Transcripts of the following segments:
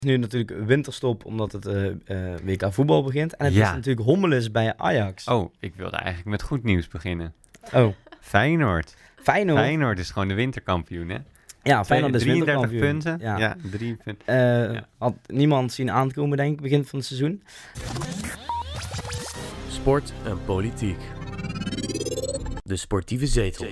Nu natuurlijk winterstop, omdat het WK voetbal begint. En het is natuurlijk hommeles bij Ajax. Oh, ik wilde eigenlijk met goed nieuws beginnen. Oh. Feyenoord. Feyenoord. Feyenoord is gewoon de winterkampioen, hè? Ja, Feyenoord is 33 winterkampioen. punten. Ja, 3 punten. Had niemand zien aankomen, denk ik, begin van het seizoen. Sport en politiek. De sportieve zetel.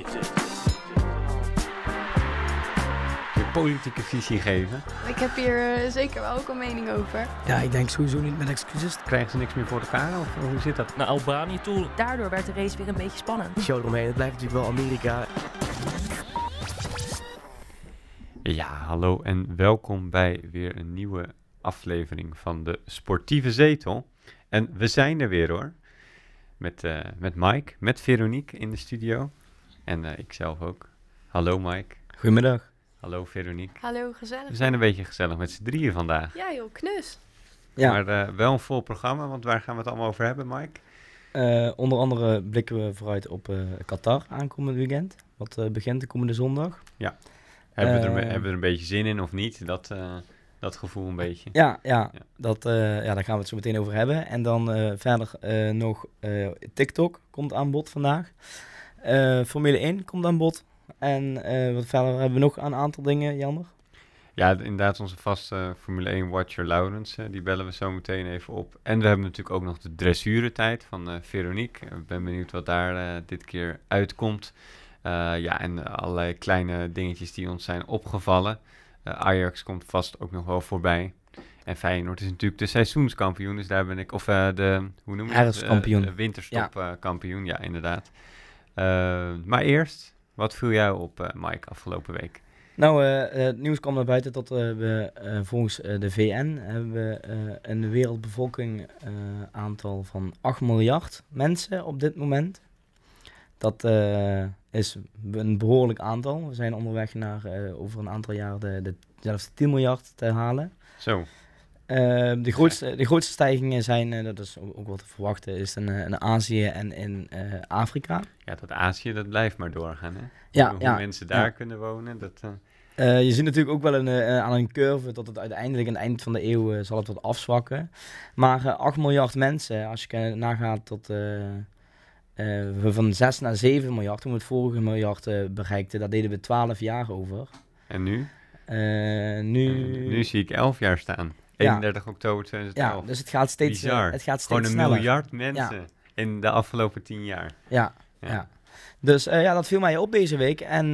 Je politieke visie geven. Ik heb hier zeker wel ook een mening over. Ja, ik denk sowieso niet met excuses. Krijgen ze niks meer voor elkaar? Of hoe zit dat? Naar Albanië toe. Daardoor werd de race weer een beetje spannend. De show eromheen, het blijft natuurlijk wel Amerika. Ja, hallo en welkom bij weer een nieuwe aflevering van de Sportieve Zetel. En we zijn er weer hoor. Met Mike, met Veronique in de studio. En ikzelf ook. Hallo Mike. Goedemiddag. Hallo Veronique. Hallo, gezellig. We zijn een beetje gezellig met z'n drieën vandaag. Ja joh, knus. Ja. Maar wel een vol programma, want waar gaan we het allemaal over hebben, Mike? Onder andere blikken we vooruit op Qatar aankomend weekend. Wat begint de komende zondag. Ja. Hebben we er een beetje zin in of niet? Dat gevoel een beetje. Ja. Daar gaan we het zo meteen over hebben. En dan verder nog TikTok komt aan bod vandaag. Formule 1 komt aan bod. En wat verder hebben we nog een aantal dingen, Jammer? Ja, inderdaad onze vaste Formule 1 watcher Laurens, die bellen we zo meteen even op. En we hebben natuurlijk ook nog de dressurentijd van Veronique. Ik ben benieuwd wat daar dit keer uitkomt. En allerlei kleine dingetjes die ons zijn opgevallen. Ajax komt vast ook nog wel voorbij. En Feyenoord is natuurlijk de seizoenskampioen, dus daar ben ik... Of hoe noem je het? Kampioen. Winterstopkampioen, ja inderdaad. Maar eerst, wat viel jou op, Mike, afgelopen week? Nou, het nieuws kwam naar buiten dat we volgens de VN hebben we een wereldbevolking aantal van 8 miljard mensen op dit moment. Dat is een behoorlijk aantal. We zijn onderweg naar over een aantal jaar zelfs 10 miljard te halen. Zo. De grootste stijgingen zijn, dat is ook wat te verwachten, is in Azië en in Afrika. Ja, dat Azië, dat blijft maar doorgaan, hè? Ja, hoe mensen daar kunnen wonen, dat... je ziet natuurlijk ook wel aan een curve dat het uiteindelijk aan het eind van de eeuw zal het wat afzwakken. Maar 8 miljard mensen, als je nagaat dat we van 6 naar 7 miljard, toen we het vorige miljard bereikten, daar deden we 12 jaar over. En nu? Nu zie ik 11 jaar staan. 31 oktober 2011. Ja, dus het gaat steeds sneller. Gewoon een miljard mensen in de afgelopen 10 jaar. Ja. Dus dat viel mij op deze week. En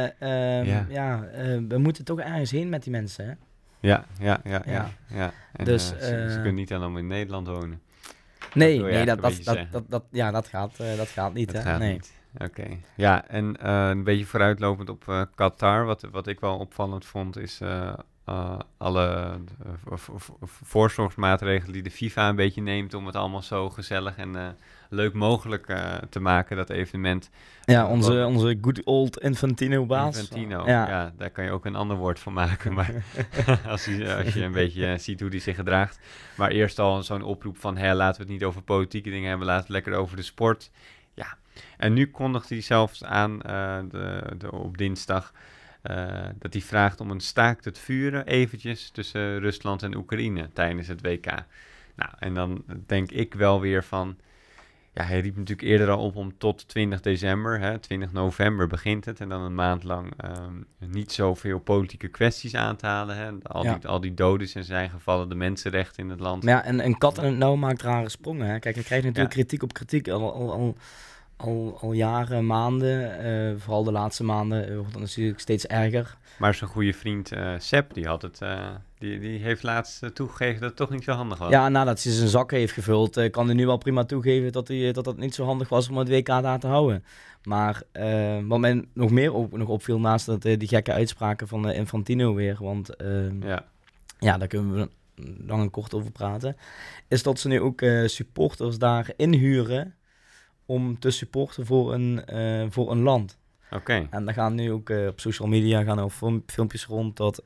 we moeten toch ergens heen met die mensen, hè? Ja. En, dus, ze kunnen niet allemaal in Nederland wonen. Nee, dat gaat niet. Dat hè? gaat Nee. niet. Oké. Ja, en een beetje vooruitlopend op Qatar. Wat ik wel opvallend vond is alle voorzorgsmaatregelen die de FIFA een beetje neemt om het allemaal zo gezellig en leuk mogelijk te maken, dat evenement. Ja, onze good old Infantino-baas. Infantino, ja, daar kan je ook een ander woord van maken. Maar als je een beetje ziet hoe die zich gedraagt. Maar eerst al zo'n oproep van, laten we het niet over politieke dingen hebben, laten we het lekker over de sport. Ja, en nu kondigt hij zelfs aan op dinsdag dat hij vraagt om een staakt het vuren eventjes tussen Rusland en Oekraïne tijdens het WK. Nou, en dan denk ik wel weer van... Ja, hij riep natuurlijk eerder al op om tot 20 december, 20 november begint het. En dan een maand lang niet zoveel politieke kwesties aan te halen. Hè. Al die doden zijn gevallen, de mensenrechten in het land. Maar ja, en een kat in het nauw maakt rare sprongen. Hè. Kijk, je krijgt natuurlijk kritiek op kritiek. Al jaren, maanden, vooral de laatste maanden, wordt het natuurlijk steeds erger. Maar zijn goede vriend Sepp, die heeft laatst toegegeven dat het toch niet zo handig was. Ja, nadat hij zijn zakken heeft gevuld, kan hij nu wel prima toegeven dat het niet zo handig was om het WK daar te houden. Maar wat mij nog meer nog opviel, naast die gekke uitspraken van Infantino weer, want daar kunnen we lang en kort over praten, is dat ze nu ook supporters daar inhuren om te supporten voor een land. Oké. En dan gaan nu ook op social media filmpjes rond dat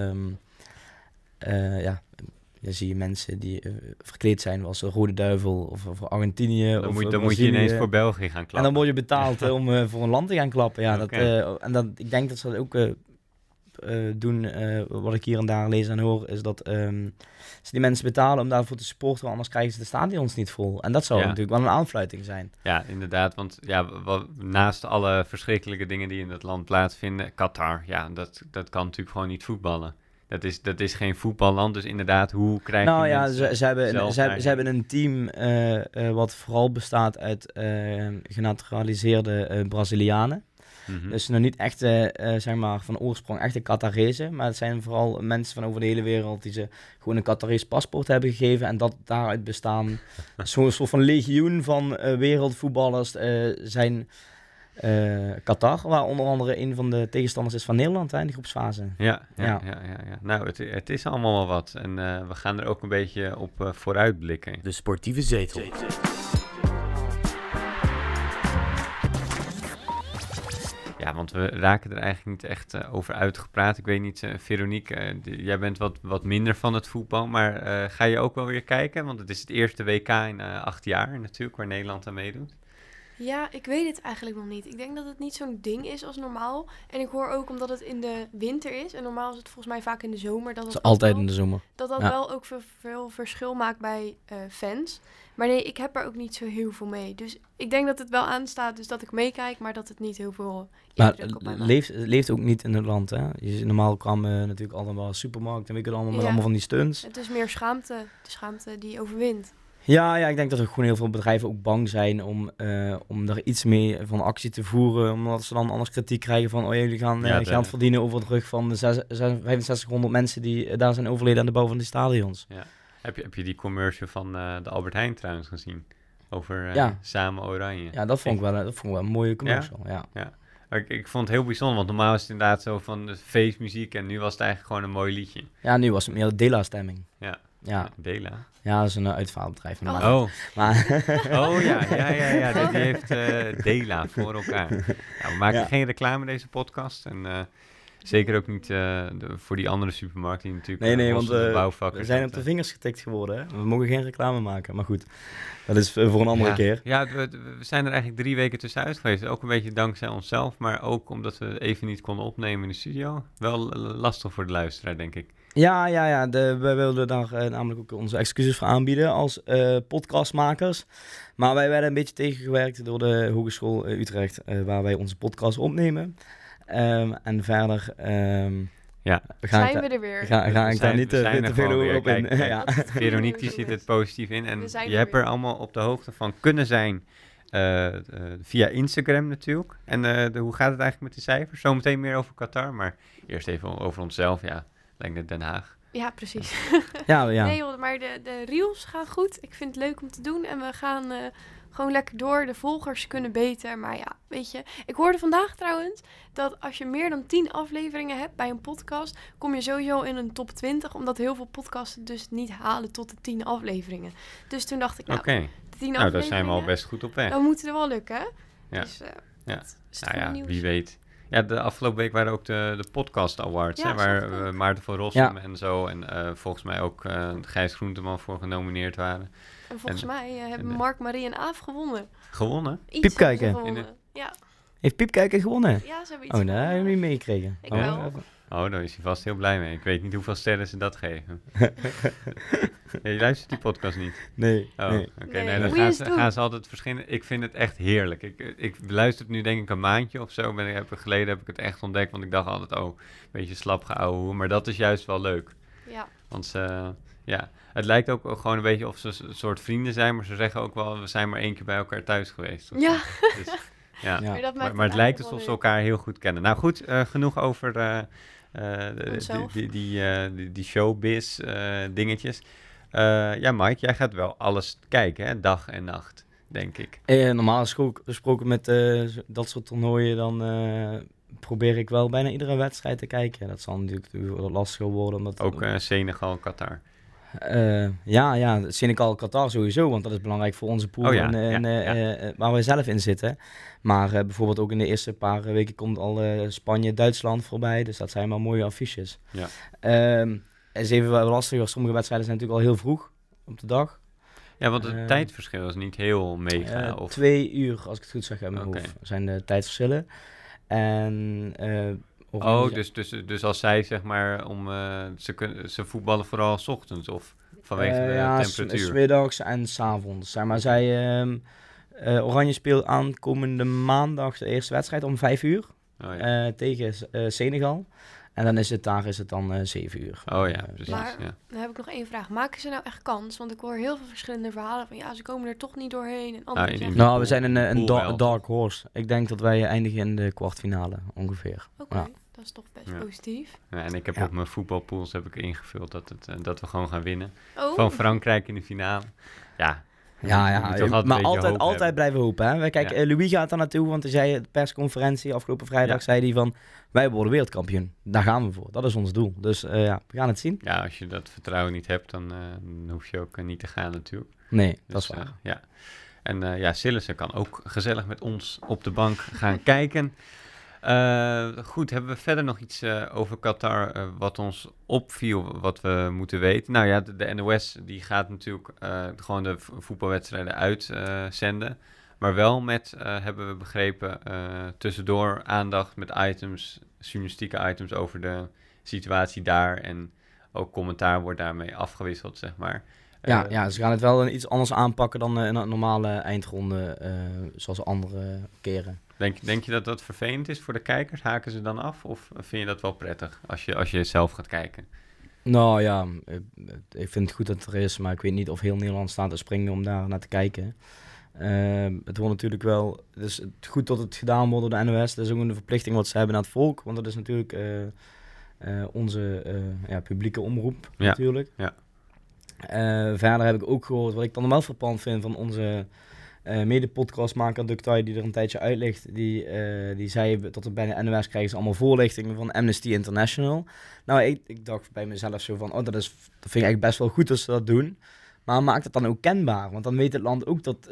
je ziet mensen die verkleed zijn als een Rode Duivel of voor Argentinië. Dan moet je ineens voor België gaan klappen. En dan word je betaald om voor een land te gaan klappen. Ja, okay. Ik denk dat ze dat ook doen, wat ik hier en daar lees en hoor, is dat ze die mensen betalen om daarvoor te supporten, anders krijgen ze de stadions niet vol. En dat zou natuurlijk wel een aanfluiting zijn. Ja, inderdaad, want naast alle verschrikkelijke dingen die in het land plaatsvinden, Qatar, dat kan natuurlijk gewoon niet voetballen. Dat is geen voetballand, dus inderdaad, hoe krijg je mensen ze hebben een team wat vooral bestaat uit genaturaliseerde Brazilianen. Mm-hmm. Dus nog niet echt, zeg maar, van oorsprong echte Qatarezen. Maar het zijn vooral mensen van over de hele wereld die ze gewoon een Qatarees paspoort hebben gegeven. En dat daaruit bestaan zo'n soort van legioen van wereldvoetballers zijn Qatar. Waar onder andere een van de tegenstanders is van Nederland in de groepsfase. Ja. Nou, het is allemaal wel wat. En we gaan er ook een beetje op vooruitblikken. De sportieve zetel. Ja, want we raken er eigenlijk niet echt over uitgepraat. Ik weet niet, Veronique, jij bent wat minder van het voetbal, maar ga je ook wel weer kijken? Want het is het eerste WK in 8 jaar natuurlijk, waar Nederland aan meedoet. Ja, ik weet het eigenlijk nog niet. Ik denk dat het niet zo'n ding is als normaal. En ik hoor ook omdat het in de winter is. En normaal is het volgens mij vaak in de zomer. Dat is altijd in de zomer. Dat wel ook veel verschil maakt bij fans. Maar nee, ik heb er ook niet zo heel veel mee. Dus ik denk dat het wel aanstaat, dus dat ik meekijk, maar dat het niet heel veel indruk op mij maakt. Het leeft ook niet in het land, hè? Normaal kwamen natuurlijk allemaal supermarkten en weet ik het allemaal, met allemaal van die stunts. Het is meer schaamte, de schaamte die overwint. Ja, ik denk dat er gewoon heel veel bedrijven ook bang zijn om daar iets mee van actie te voeren. Omdat ze dan anders kritiek krijgen van, jullie gaan geld verdienen over de rug van de 6500 mensen die daar zijn overleden aan de bouw van die stadions. Ja. Heb je die commercial van de Albert Heijn trouwens gezien? Over Samen Oranje. Ja, dat vond ik wel een mooie commercial. Ja. Ik vond het heel bijzonder, want normaal is het inderdaad zo van de feestmuziek en nu was het eigenlijk gewoon een mooi liedje. Ja, nu was het meer Dela-stemming. Ja. Dela? Ja, dat is een uitvaartbedrijf. Oh. Ja. Die heeft Dela voor elkaar. We maken geen reclame in deze podcast en zeker ook niet voor die andere supermarkten die natuurlijk... Nee, want we zijn op de vingers getikt geworden. Hè? We mogen geen reclame maken, maar goed. Dat is voor een andere keer. Ja, we zijn er eigenlijk 3 weken tussenuit geweest. Ook een beetje dankzij onszelf, maar ook omdat we even niet konden opnemen in de studio. Wel lastig voor de luisteraar, denk ik. Ja. We wilden daar namelijk ook onze excuses voor aanbieden als podcastmakers. Maar wij werden een beetje tegengewerkt door de Hogeschool Utrecht, waar wij onze podcast opnemen. En verder zijn we er weer. Ga ik daar niet te veel op in. Veronique die zit het positief in. En je hebt er allemaal op de hoogte van kunnen zijn via Instagram natuurlijk. En hoe gaat het eigenlijk met de cijfers? Zometeen meer over Qatar, maar eerst even over onszelf. Ja, lijkt het Den Haag. Ja, precies. Ja. Nee joh, maar de reels gaan goed. Ik vind het leuk om te doen en we gaan... gewoon lekker door. De volgers kunnen beter. Maar ja, weet je. Ik hoorde vandaag trouwens dat als je meer dan 10 afleveringen hebt bij een podcast, kom je sowieso in een top 20. Omdat heel veel podcasten dus niet halen tot de 10 afleveringen. Dus toen dacht ik, de 10 afleveringen... daar zijn we al best goed op weg. Dan moeten er wel lukken, hè? Ja. Dus, nieuws. Wie weet. Ja, de afgelopen week waren ook de Podcast Awards, waar Maarten van Rossum en zo en volgens mij ook Gijs Groenteman voor genomineerd waren. En volgens mij hebben Mark, Marie en Aaf gewonnen. Gewonnen? Piepkijken. Ja. Heeft Piepkijken gewonnen? Ja, ze hebben iets gewonnen. Dat heb je niet meegekregen. Ik wel. Daar is hij vast heel blij mee. Ik weet niet hoeveel sterren ze dat geven. Je luistert die podcast niet? Nee. Oké. Dan gaan ze altijd verschillen. Ik vind het echt heerlijk. Ik luister het nu denk ik een maandje of zo. Geleden heb ik het echt ontdekt. Want ik dacht altijd, een beetje slap geouwehoer. Maar dat is juist wel leuk. Ja. Want het lijkt ook gewoon een beetje of ze een soort vrienden zijn. Maar ze zeggen ook wel, we zijn maar 1 keer bij elkaar thuis geweest. Ja. Dus, ja. Maar het lijkt alsof ze elkaar heel goed kennen. Nou goed, genoeg over die showbiz dingetjes. Mike, jij gaat wel alles kijken, hè? Dag en nacht, denk ik. Normaal gesproken met dat soort toernooien, dan probeer ik wel bijna iedere wedstrijd te kijken. Dat zal natuurlijk lastiger worden. Omdat ook Senegal, Qatar. Senegal, Qatar sowieso, want dat is belangrijk voor onze pool waar wij zelf in zitten. Maar bijvoorbeeld ook in de eerste paar weken komt al Spanje, Duitsland voorbij, dus dat zijn wel mooie affiches. Ja. Het is even wel lastiger, sommige wedstrijden zijn natuurlijk al heel vroeg op de dag. Ja, want het tijdverschil is niet heel mega. 2 uur, als ik het goed zeg uit mijn hoofd, zijn de tijdverschillen. En Oranje. Dus als zij zeg maar ze voetballen vooral 's ochtends of vanwege de temperatuur? 's middags en 's avonds. Zeg maar, Oranje speelt aankomende maandag de eerste wedstrijd om 5 uur tegen Senegal. En dan is het 7 uur. Oh ja, precies. Maar dan heb ik nog 1 vraag. Maken ze nou echt kans? Want ik hoor heel veel verschillende verhalen van ze komen er toch niet doorheen. En anderen zeggen... Nou, we zijn een dark horse. Ik denk dat wij eindigen in de kwartfinale ongeveer. Oké, dat is toch best positief. Ja, en ik heb op mijn voetbalpools ingevuld dat we gewoon gaan winnen. Oh. Van Frankrijk in de finale. Ja. Maar altijd blijven hopen. Hè? Kijk, Louis gaat daar naartoe, want hij zei de persconferentie afgelopen vrijdag, zei hij van, wij worden wereldkampioen. Daar gaan we voor. Dat is ons doel. Dus we gaan het zien. Ja, als je dat vertrouwen niet hebt, dan hoef je ook niet te gaan natuurlijk. Nee, dat is waar. Ja. En Sillissen kan ook gezellig met ons op de bank gaan kijken. Goed, hebben we verder nog iets over Qatar wat ons opviel, wat we moeten weten? Nou ja, de NOS die gaat natuurlijk gewoon de voetbalwedstrijden uitzenden. Maar wel met, hebben we begrepen, tussendoor aandacht met journalistieke items over de situatie daar. En ook commentaar wordt daarmee afgewisseld, zeg maar. Ze gaan het wel iets anders aanpakken dan in een normale eindronde, zoals andere keren. Denk je dat dat vervelend is voor de kijkers? Haken ze dan af? Of vind je dat wel prettig als je zelf gaat kijken? Nou ja, ik vind het goed dat het er is, maar ik weet niet of heel Nederland staat te springen om daar naar te kijken. Het wordt natuurlijk wel, het is goed dat het gedaan wordt door de NOS. Dat is ook een verplichting wat ze hebben naar het volk, want dat is natuurlijk onze publieke omroep natuurlijk. Ja. Verder heb ik ook gehoord, wat ik dan normaal verpand vind van onze mede-podcastmaker Ductay, die er een tijdje uit ligt, die zei dat er bij de NOS krijgen ze allemaal voorlichtingen van Amnesty International. Nou, ik dacht bij mezelf zo van, dat vind ik eigenlijk best wel goed dat ze dat doen. Maar maakt het dan ook kenbaar? Want dan weet het land ook dat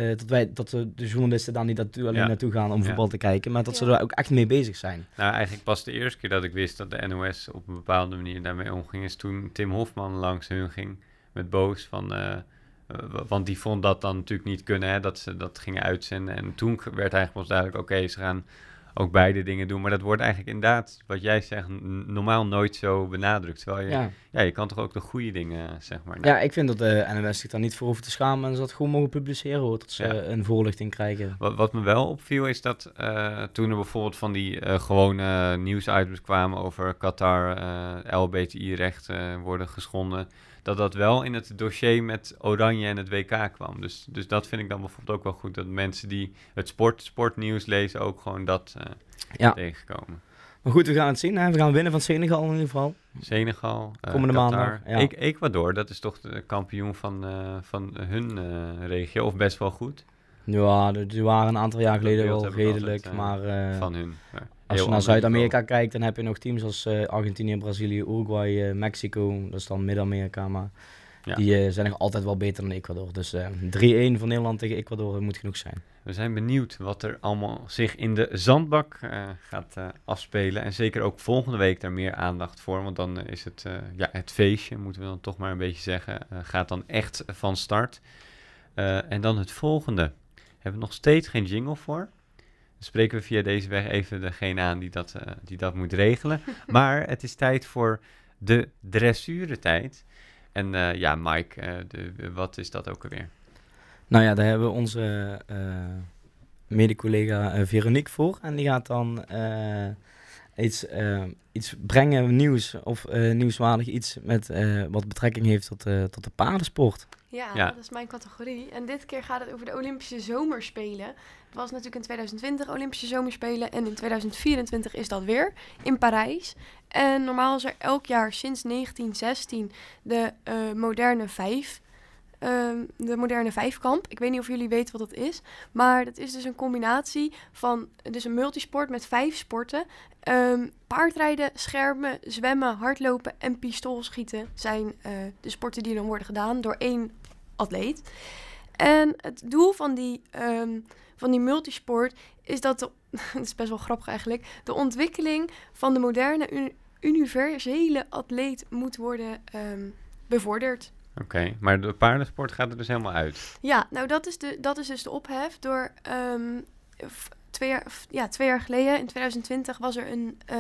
de journalisten daar niet alleen naartoe gaan om voetbal te kijken, maar dat ze er ook echt mee bezig zijn. Nou, eigenlijk pas de eerste keer dat ik wist dat de NOS op een bepaalde manier daarmee omging, is toen Tim Hofman langs hun ging met Boos van... want die vond dat dan natuurlijk niet kunnen, hè, dat ze dat gingen uitzenden. En toen werd eigenlijk pas duidelijk, oké, ze gaan ook beide dingen doen. Maar dat wordt eigenlijk inderdaad, wat jij zegt, normaal nooit zo benadrukt. Terwijl je kan toch ook de goede dingen, zeg maar. Ja, ik vind dat de NOS zich daar niet voor hoeft te schamen en ze dat gewoon mogen publiceren, hoor, dat ze een voorlichting krijgen. Wat me wel opviel is dat toen er bijvoorbeeld van die gewone nieuwsitems kwamen over Qatar, LBTI-rechten worden geschonden, dat wel in het dossier met Oranje en het WK kwam. Dus dat vind ik dan bijvoorbeeld ook wel goed, dat mensen die het sportnieuws lezen ook gewoon dat tegenkomen. Maar goed, we gaan het zien. Hè? We gaan winnen van Senegal in ieder geval. Senegal, komende Qatar. maandag. Ja. Ecuador, dat is toch de kampioen van hun regio, of best wel goed? Ja, die waren een aantal jaar geleden wel redelijk, altijd, maar van hun. Als je naar Zuid-Amerika kijkt, dan heb je nog teams als Argentinië, Brazilië, Uruguay, Mexico, dat is dan Midden-Amerika, maar die zijn nog altijd wel beter dan Ecuador. Dus 3-1 voor Nederland tegen Ecuador moet genoeg zijn. We zijn benieuwd wat er allemaal zich in de zandbak gaat afspelen. En zeker ook volgende week daar meer aandacht voor. Want dan is het feestje, moeten we dan toch maar een beetje zeggen, gaat dan echt van start. En dan het volgende. Hebben we nog steeds geen jingle voor. Dan spreken we via deze weg even degene aan die dat moet regelen. Maar het is tijd voor de dressuretijd. En Mike, wat is dat ook alweer? Nou ja, daar hebben we onze mede-collega Veronique voor. En die gaat dan iets brengen, nieuws of nieuwswaardig iets met wat betrekking heeft tot de paardensport. Ja, dat is mijn categorie. En dit keer gaat het over de Olympische Zomerspelen. Het was natuurlijk in 2020 Olympische Zomerspelen en in 2024 is dat weer in Parijs. En normaal is er elk jaar sinds 1916 de moderne vijfkamp. Ik weet niet of jullie weten wat dat is, maar dat is dus een combinatie van een multisport met 5 sporten. Paardrijden, schermen, zwemmen, hardlopen en pistoolschieten zijn de sporten die dan worden gedaan door 1 atleet. En het doel van die multisport is dat het is best wel grappig eigenlijk, de ontwikkeling van de moderne universele atleet moet worden bevorderd. Oké, maar de paardensport gaat er dus helemaal uit? Ja, nou dat is dus de ophef door 2 jaar geleden, in 2020, was er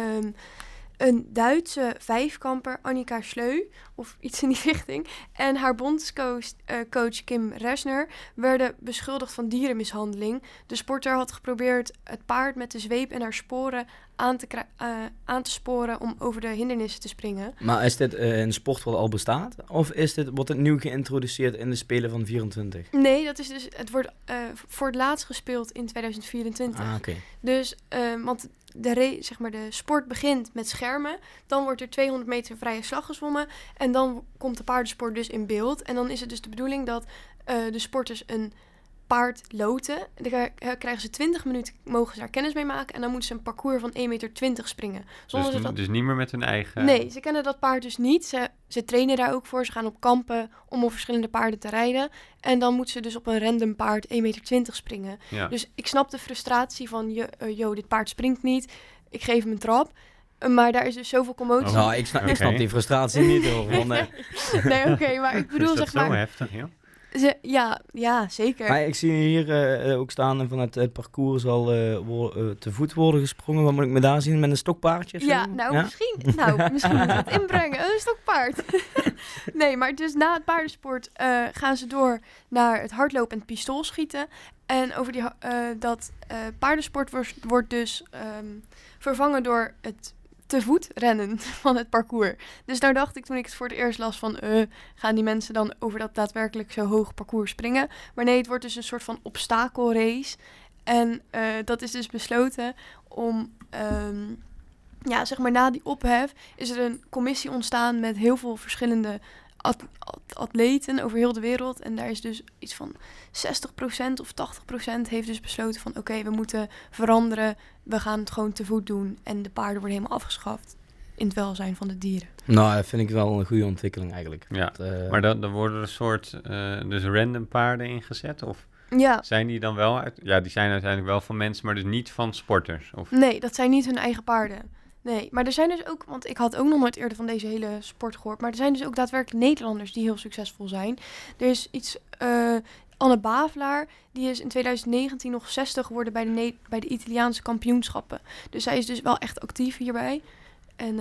een Duitse vijfkamper, Annika Schleu, of iets in die richting, en haar bondscoach Kim Resner werden beschuldigd van dierenmishandeling. De sporter had geprobeerd het paard met de zweep en haar sporen aan te sporen om over de hindernissen te springen. Maar is dit een sport wat al bestaat? Of wordt het nieuw geïntroduceerd in de Spelen van 24? Nee, dat is dus, het wordt voor het laatst gespeeld in 2024. Ah, oké. Dus, want de sport begint met schermen. Dan wordt er 200 meter vrije slag gezwommen. En dan komt de paardensport dus in beeld. En dan is het dus de bedoeling dat de sporters een paard loten. Dan krijgen ze 20 minuten, mogen ze daar kennis mee maken. En dan moeten ze een parcours van 1,20 meter springen. Dus niet meer met hun eigen... Nee, ze kennen dat paard dus niet. Ze trainen daar ook voor. Ze gaan op kampen om op verschillende paarden te rijden. En dan moeten ze dus op een random paard 1,20 meter springen. Ja. Dus ik snap de frustratie van, dit paard springt niet. Ik geef hem een trap. Maar daar is dus zoveel commotie. Oh. Nou, ik snap die frustratie niet hoor. Nee, oké, maar ik bedoel, is dat zeg maar... zo heftig, joh? Ja, zeker. Maar ik zie hier ook staan van het parcours zal te voet worden gesprongen. Wat moet ik me daar zien? Met een stokpaardje? Of zo? Misschien moeten we het inbrengen. Een stokpaard. Nee, maar dus na het paardensport gaan ze door naar het hardlopen en het pistoolschieten. En over dat paardensport wordt dus vervangen door het te voet rennen van het parcours. Dus daar dacht ik toen ik het voor het eerst las van... gaan die mensen dan over dat daadwerkelijk zo hoog parcours springen? Maar nee, het wordt dus een soort van obstakelrace. En dat is dus besloten om... na die ophef is er een commissie ontstaan met heel veel verschillende atleten over heel de wereld. En daar is dus iets van 60% of 80% heeft dus besloten van... oké, we moeten veranderen. We gaan het gewoon te voet doen. En de paarden worden helemaal afgeschaft in het welzijn van de dieren. Nou, dat vind ik wel een goede ontwikkeling eigenlijk. Ja, maar dan worden er een soort dus random paarden ingezet? Of zijn die dan wel uit... Ja, die zijn uiteindelijk wel van mensen, maar dus niet van sporters? Of? Nee, dat zijn niet hun eigen paarden. Nee, maar er zijn dus ook, want ik had ook nog nooit eerder van deze hele sport gehoord, maar er zijn dus ook daadwerkelijk Nederlanders die heel succesvol zijn. Er is Anne Bavelaar, die is in 2019 nog 60 geworden bij de Italiaanse kampioenschappen. Dus zij is dus wel echt actief hierbij. En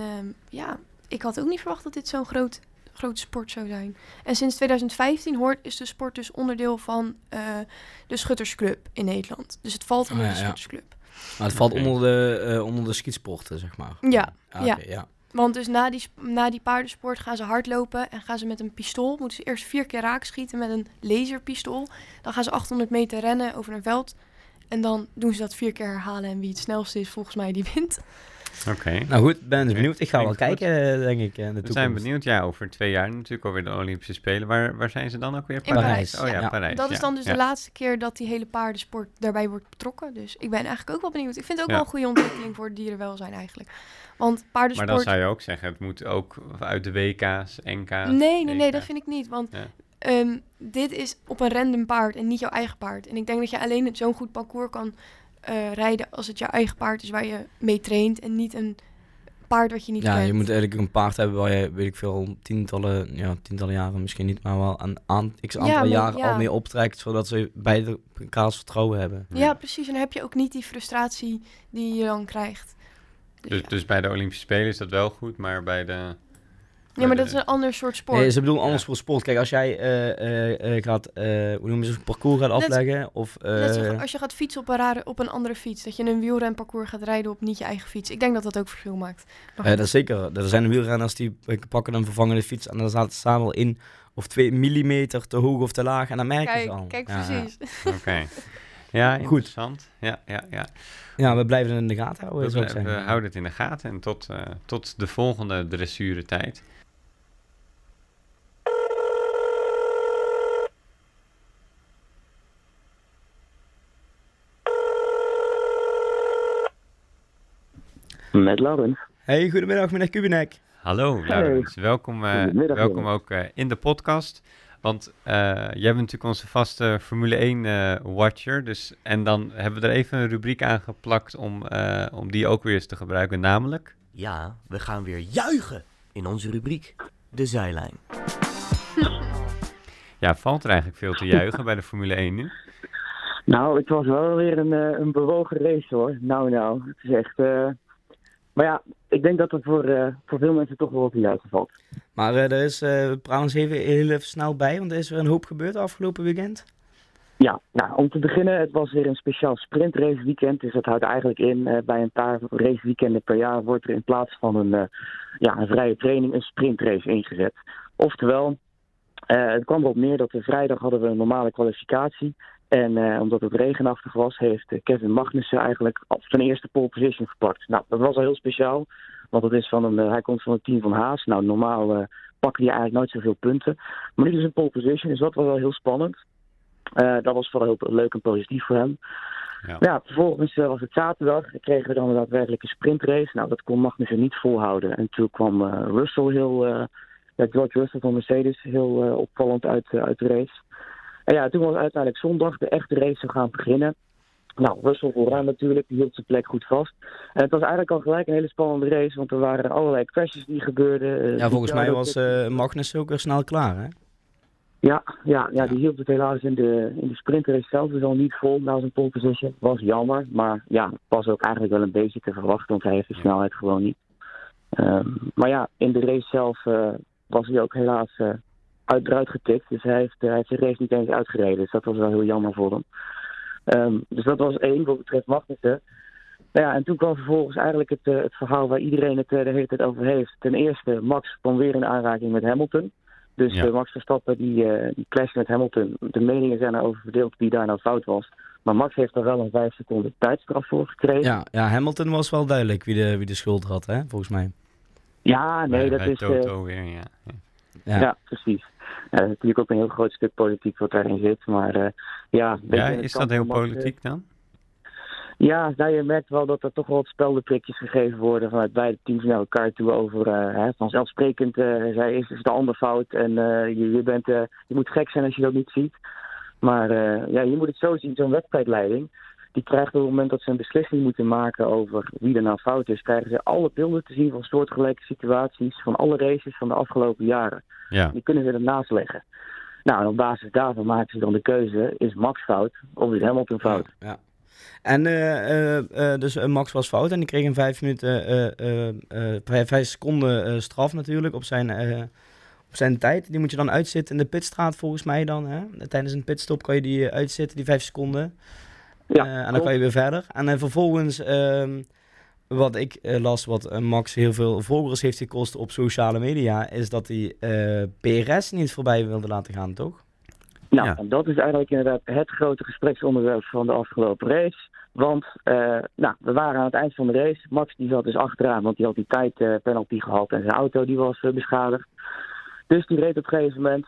ik had ook niet verwacht dat dit zo'n grote sport zou zijn. En sinds 2015 is de sport dus onderdeel van de Schuttersclub in Nederland. Dus het valt onder de Schuttersclub. Maar het valt onder de schietsporten, zeg maar. Ja. Ja. Want dus na die paardensport gaan ze hardlopen en gaan ze met een pistool... moeten ze eerst 4 keer raak schieten met een laserpistool. Dan gaan ze 800 meter rennen over een veld. En dan doen ze dat 4 keer herhalen. En wie het snelste is, volgens mij, die wint. Oké. Nou goed, ben dus benieuwd. Ik ga wel kijken, denk ik, in de toekomst. We zijn benieuwd. Ja, over 2 jaar natuurlijk alweer de Olympische Spelen. Waar zijn ze dan ook weer? In Parijs. Oh ja, Parijs. Dat is dan dus de laatste keer dat die hele paardensport daarbij wordt betrokken. Dus ik ben eigenlijk ook wel benieuwd. Ik vind het ook wel een goede ontwikkeling voor het dierenwelzijn eigenlijk. Want paardensport... Maar dan zou je ook zeggen, het moet ook uit de WK's, NK's... Nee, dat vind ik niet. Want dit is op een random paard en niet jouw eigen paard. En ik denk dat je alleen zo'n goed parcours kan rijden als het jouw eigen paard is waar je mee traint en niet een paard wat je niet kent. Ja, je moet eigenlijk een paard hebben waar je, weet ik veel, tientallen jaren misschien niet, maar wel een aantal jaren al mee optrekt, zodat ze beide elkaars vertrouwen hebben. Ja, precies. En dan heb je ook niet die frustratie die je dan krijgt. Dus bij de Olympische Spelen is dat wel goed, maar bij de... Ja, maar dat is een ander soort sport. Nee, ze bedoelen anders voor sport. Kijk, als jij gaat, hoe noemen ze het, parcours gaat afleggen, of... als je gaat fietsen op een andere fiets, dat je een wielrenparcours gaat rijden op niet je eigen fiets. Ik denk dat dat ook verschil maakt. Dat is zeker. Er zijn wielrenners die pakken een vervangende fiets en dan staat het zadel in of 2 millimeter te hoog of te laag en dan merken ze al. Kijk, precies. Oké. Ja, interessant. Goed. Ja. Ja, we blijven het in de gaten houden. We houden het in de gaten en tot de volgende dressuurtijd. Met Laurens. Hey, goedemiddag meneer Kubenek. Hallo Laurens, welkom ook in de podcast. Want jij bent natuurlijk onze vaste Formule 1 watcher. Dus, en dan hebben we er even een rubriek aan geplakt om die ook weer eens te gebruiken, namelijk... Ja, we gaan weer juichen in onze rubriek De Zijlijn. Ja, valt er eigenlijk veel te juichen bij de Formule 1 nu? Nou, het was wel weer een bewogen race hoor. Nou. Het is echt... Maar ja, ik denk dat het voor veel mensen toch wel op de juiste valt. Maar er is, we praten eens heel even snel bij, want er is weer een hoop gebeurd afgelopen weekend. Ja, nou, om te beginnen, het was weer een speciaal sprintrace weekend. Dus dat houdt eigenlijk in, bij een paar raceweekenden per jaar wordt er in plaats van een vrije training een sprintrace ingezet. Oftewel, het kwam erop neer dat we vrijdag hadden we een normale kwalificatie. En omdat het regenachtig was, heeft Kevin Magnussen eigenlijk zijn eerste pole position gepakt. Nou, dat was al heel speciaal, want het is hij komt van het team van Haas. Nou, normaal pakken die eigenlijk nooit zoveel punten. Maar nu is een pole position, dus dat was wel heel spannend. Dat was vooral heel leuk en positief voor hem. Ja, vervolgens was het zaterdag. Kregen we dan daadwerkelijk een sprintrace. Nou, dat kon Magnussen niet volhouden. En toen kwam George Russell van Mercedes heel opvallend uit de race. En ja, toen was uiteindelijk zondag de echte race zou gaan beginnen. Nou, Russell vooraan natuurlijk, die hield zijn plek goed vast. En het was eigenlijk al gelijk een hele spannende race, want er waren allerlei crashes die gebeurden. Volgens mij was Magnussen ook weer snel klaar, hè? Ja, die hield het helaas in de sprintrace zelf dus al niet vol na zijn pole position. Was jammer, maar ja, was ook eigenlijk wel een beetje te verwachten, want hij heeft de snelheid gewoon niet. Maar ja, in de race zelf was hij ook helaas eruit getikt. Dus hij heeft de race niet eens uitgereden. Dus dat was wel heel jammer voor hem. Dus dat was één wat betreft Magnussen. Nou ja, en toen kwam vervolgens eigenlijk het verhaal waar iedereen het de hele tijd over heeft. Ten eerste, Max kwam weer in aanraking met Hamilton. Dus Max Verstappen die clash met Hamilton. De meningen zijn erover verdeeld wie daar nou fout was. Maar Max heeft er wel een 5 seconden tijdstraf voor gekregen. Ja, Hamilton was wel duidelijk wie de schuld had, hè, volgens mij. Ja, nee, dat is... Toto weer, Ja, precies. Dat is natuurlijk ook een heel groot stuk politiek wat daarin zit. Maar is dat heel politiek dan? Ja, nou, je merkt wel dat er toch wel wat speldenprikjes gegeven worden vanuit beide teams naar elkaar toe over vanzelfsprekend is het de ander fout en je moet gek zijn als je dat niet ziet. Maar je moet het zo zien, zo'n wedstrijdleiding, die krijgt op het moment dat ze een beslissing moeten maken over wie er nou fout is, krijgen ze alle beelden te zien van soortgelijke situaties van alle races van de afgelopen jaren. Ja. Die kunnen ze ernaast leggen. Nou, en op basis daarvan maken ze dan de keuze, is Max fout of is Hamilton fout? Ja. En dus Max was fout en die kreeg een 5 seconden straf natuurlijk op zijn tijd. Die moet je dan uitzitten in de pitstraat volgens mij dan. Hè? Tijdens een pitstop kan je die uitzitten, die 5 seconden. Ja, en dan kan je weer verder. En vervolgens, wat ik las, wat Max heel veel volgers heeft gekost op sociale media, is dat hij PRS niet voorbij wilde laten gaan, toch? Nou, en dat is eigenlijk inderdaad het grote gespreksonderwerp van de afgelopen race. Want we waren aan het eind van de race. Max die zat dus achteraan, want die had die tijdpenalty gehad en zijn auto die was beschadigd. Dus die reed op een gegeven moment.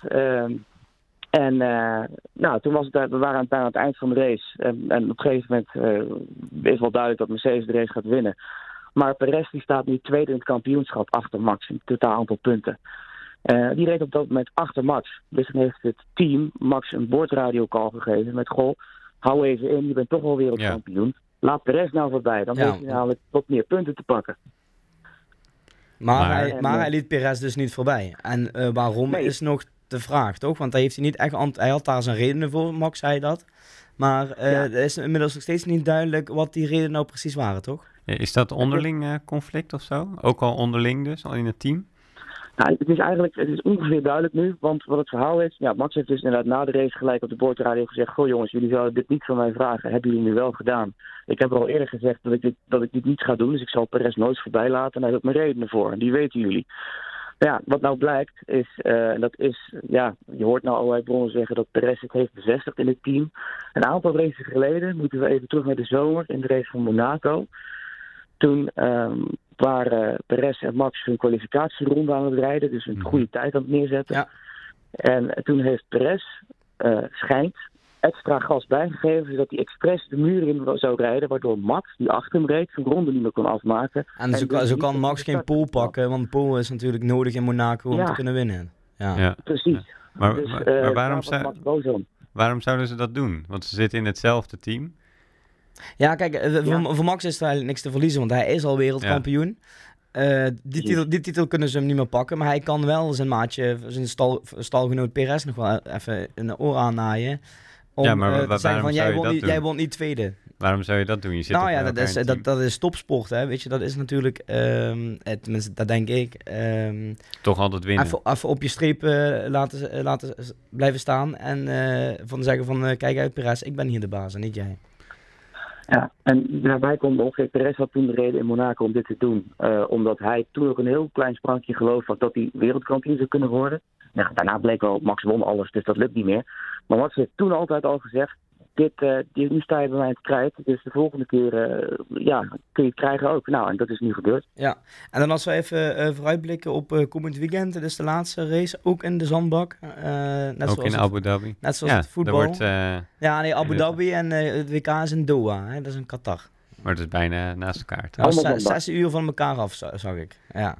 Toen was het, we waren aan het eind van de race. En op een gegeven moment is wel duidelijk dat Mercedes de race gaat winnen. Maar Perez die staat nu tweede in het kampioenschap achter Max in totaal aantal punten. Die reed op dat moment achter Max. Dus dan heeft het team Max een boordradiocall gegeven met: goh, hou even in, je bent toch wel wereldkampioen. Laat Perez nou voorbij, dan heeft hij namelijk wat meer punten te pakken. Maar hij liet Perez dus niet voorbij. En waarom is nog de vraag, toch? Want hij heeft hij niet echt hij had daar zijn redenen voor, Max zei dat. Maar er is inmiddels nog steeds niet duidelijk wat die redenen nou precies waren, toch? Is dat onderling conflict of zo? Ook al onderling dus, al in het team? Nou, het is ongeveer duidelijk nu, want wat het verhaal is, Max heeft dus inderdaad na de race gelijk op de boordradio gezegd: goh jongens, jullie zouden dit niet van mij vragen, hebben jullie nu wel gedaan. Ik heb er al eerder gezegd dat ik dit niet ga doen, dus ik zal Perez nooit voorbij laten en daar heb ik mijn redenen voor, en die weten jullie. Ja, wat nou blijkt is, je hoort nou allerlei bronnen zeggen dat Perez het heeft bevestigd in het team. Een aantal races geleden, moeten we even terug naar de zomer, in de race van Monaco. Toen waren Perez en Max hun kwalificatieronde aan het rijden, dus een goede tijd aan het neerzetten. Ja. En toen heeft Perez, schijnt, extra gas bijgegeven, zodat hij expres de muur in zou rijden, waardoor Max, die achter hem reed, zijn ronde niet meer kon afmaken. En zo kan Max geen pole pakken, want pole is natuurlijk nodig in Monaco om te kunnen winnen. Ja. Precies. Ja. Maar waarom zouden ze dat doen? Want ze zitten in hetzelfde team. Ja, kijk, voor Max is er eigenlijk niks te verliezen, want hij is al wereldkampioen. Die titel kunnen ze hem niet meer pakken, maar hij kan wel zijn maatje, zijn stalgenoot Perez nog wel even in de oor aannaaien. Om Ja, maar te zeggen waarom van, zou je dat doen? jij wordt niet tweede. Waarom zou je dat doen? Je zit Nou toch ja, bij elkaar in een team? dat is topsport, hè. Weet je, dat is natuurlijk, tenminste, dat denk ik. Toch altijd winnen. Even op je streep laten blijven staan. En van zeggen van, kijk uit Perez, ik ben hier de baas en niet jij. Ja, en daarbij komt nog, Perez had toen de reden in Monaco om dit te doen. Omdat hij toen ook een heel klein sprankje geloof had dat hij wereldkampioen zou kunnen worden. Nou, daarna bleek wel, Max won alles, dus dat lukt niet meer. Maar Max heeft toen altijd al gezegd, nu sta je bij mij in het krijt, dus de volgende keer kun je het krijgen ook. Nou, en dat is nu gebeurd. Ja, en dan als we even vooruitblikken op komend weekend. Het is de laatste race, ook in de zandbak. Net Ook in Abu Dhabi. Net zoals Ja, het voetbal. Wordt, Abu Dhabi en het WK is in Doha, hè? Dat is in Qatar. maar het is bijna naast elkaar. Nou, Allemaal zandbak. 6 uur van elkaar af, zag ik. Ja.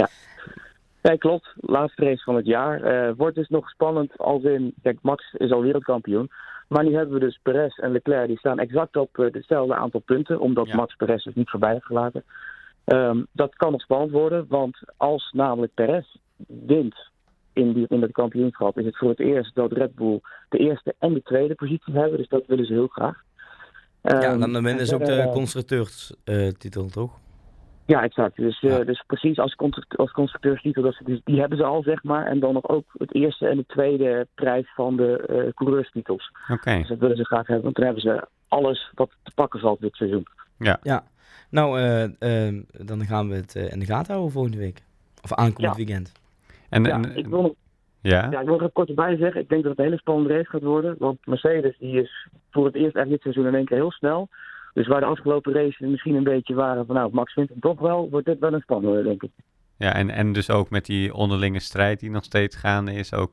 Ja, klopt. Laatste race van het jaar. Wordt dus nog spannend als in, kijk, Max is al wereldkampioen. Maar nu hebben we dus Perez en Leclerc, die staan exact op hetzelfde aantal punten. Omdat Max Perez dus niet voorbij heeft gelaten. Dat kan nog spannend worden, want als namelijk Perez wint in dat kampioenschap, is het voor het eerst dat Red Bull de eerste en de tweede positie hebben. Dus dat willen ze heel graag. Dan winnen ze ook de constructeurstitel, toch? Ja, exact. Dus precies als constructeurstitel, die hebben ze al, zeg maar. En dan nog ook het eerste en de tweede prijs van de coureurstitels. Oké. Dus dat willen ze graag hebben, want dan hebben ze alles wat te pakken valt dit seizoen. Ja. Nou, dan gaan we het in de gaten houden volgende week. Of aankomend weekend. Ik wil nog ik wil er even kort erbij zeggen. Ik denk dat het een hele spannende race gaat worden. Want Mercedes die is voor het eerst echt dit seizoen in één keer heel snel. Dus waar de afgelopen races misschien een beetje waren van nou, Max wint hem toch wel, wordt dit wel een spannende, denk ik. Ja, en dus ook met die onderlinge strijd die nog steeds gaande is ook...